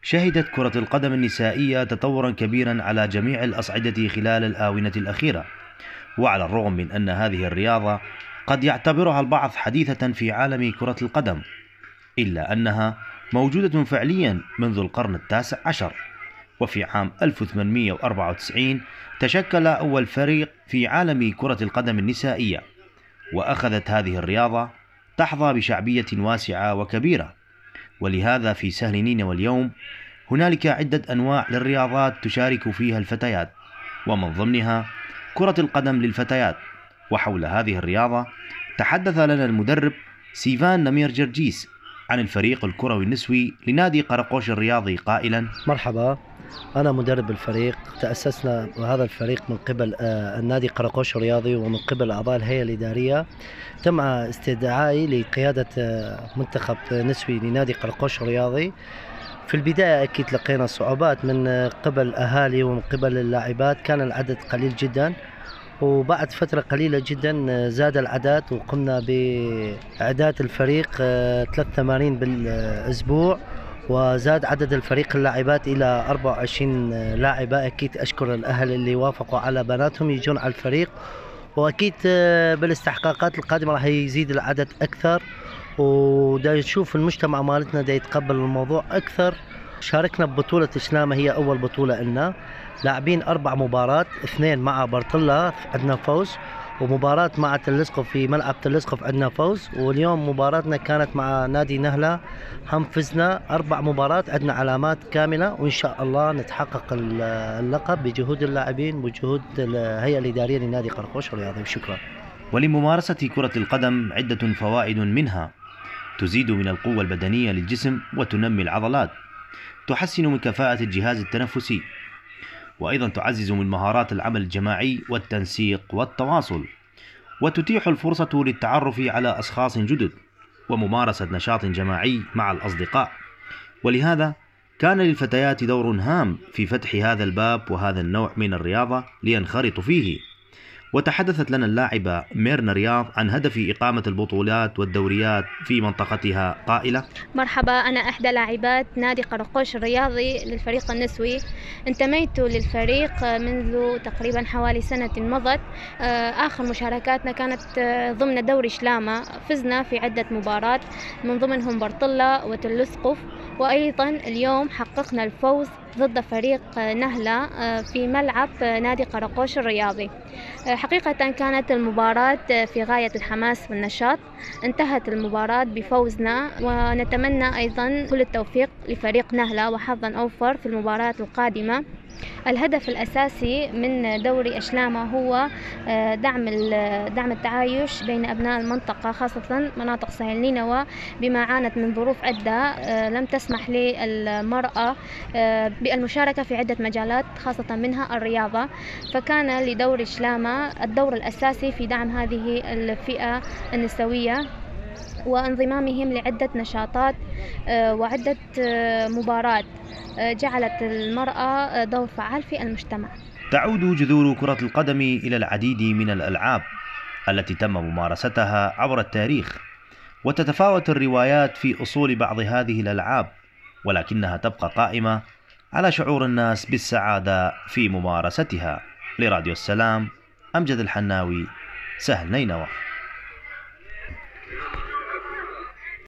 شهدت كرة القدم النسائية تطورا كبيرا على جميع الأصعدة خلال الآونة الأخيرة، وعلى الرغم من أن هذه الرياضة قد يعتبرها البعض حديثة في عالم كرة القدم، إلا أنها موجودة فعليا منذ القرن التاسع عشر. وفي عام 1894 تشكل أول فريق في عالم كرة القدم النسائية، وأخذت هذه الرياضة تحظى بشعبية واسعة وكبيرة. ولهذا في سهل نينوى اليوم هنالك عدة أنواع للرياضات تشارك فيها الفتيات، ومن ضمنها كرة القدم للفتيات. وحول هذه الرياضة تحدث لنا المدرب سيفان نمير جرجيس عن الفريق الكروي النسوي لنادي قرقوش الرياضي قائلا: مرحبا، أنا مدرب الفريق. تأسسنا هذا الفريق من قبل النادي قرقوش الرياضي ومن قبل أعضاء الهيئة الإدارية. تم استدعائي لقيادة منتخب نسوي لنادي قرقوش الرياضي. في البداية أكيد لقينا صعوبات من قبل الأهالي ومن قبل اللاعبات، كان العدد قليل جدا، وبعد فترة قليلة جدا زاد العدد وقمنا بإعداد الفريق 3 تمارين بالأسبوع، وزاد عدد الفريق اللاعبات إلى 24 لاعبة. أكيد أشكر الأهل اللي وافقوا على بناتهم يجون على الفريق، وأكيد بالاستحقاقات القادمة راح يزيد العدد أكثر، ودا نشوف المجتمع مالتنا دا يتقبل الموضوع أكثر. شاركنا ببطولة إسلامة، هي أول بطولة لنا، لاعبين 4 مباريات، 2 مع برطلة عندنا فوز، ومباراة مع تلسقف في ملعب تلسقف عندنا فوز، واليوم مباراتنا كانت مع نادي نهلة، هم فزنا 4 مباريات، عندنا علامات كاملة، وإن شاء الله نتحقق اللقب بجهود اللاعبين وجهود الهيئة الإدارية لنادي قرقوش الرياضي. وشكرا. ولممارسة كرة القدم عدة فوائد، منها تزيد من القوة البدنية للجسم وتنمي العضلات، تحسن من كفاءة الجهاز التنفسي، وأيضا تعزز من مهارات العمل الجماعي والتنسيق والتواصل، وتتيح الفرصة للتعرف على أشخاص جدد وممارسة نشاط جماعي مع الأصدقاء. ولهذا كان للفتيات دور هام في فتح هذا الباب وهذا النوع من الرياضة لينخرطوا فيه. وتحدثت لنا اللاعبة ميرنا رياض عن هدف إقامة البطولات والدوريات في منطقتها قائلة: مرحبا، أنا إحدى لاعبات نادي قرقوش الرياضي للفريق النسوي. انتميت للفريق منذ تقريبا حوالي سنة مضت. آخر مشاركاتنا كانت ضمن دوري شلامة، فزنا في عدة مباريات من ضمنهم برطلة وتلسقف، وأيضا اليوم حققنا الفوز ضد فريق نهلة في ملعب نادي قرقوش الرياضي. حقيقة كانت المباراة في غاية الحماس والنشاط، انتهت المباراة بفوزنا، ونتمنى أيضا كل التوفيق لفريق نهلة وحظا أوفر في المباراة القادمة. الهدف الأساسي من دوري أشلامة هو دعم التعايش بين أبناء المنطقة، خاصة مناطق سهل نينوى، بما عانت من ظروف عدة لم تسمح للمرأة بالمشاركة في عدة مجالات خاصة منها الرياضة، فكان لدوري أشلامة الدور الأساسي في دعم هذه الفئة النسوية وانضمامهم لعدة نشاطات وعدة مباريات جعلت المرأة دور فعال في المجتمع. تعود جذور كرة القدم إلى العديد من الألعاب التي تم ممارستها عبر التاريخ، وتتفاوت الروايات في أصول بعض هذه الألعاب، ولكنها تبقى قائمة على شعور الناس بالسعادة في ممارستها. لراديو السلام، أمجد الحناوي، سهل نينوى.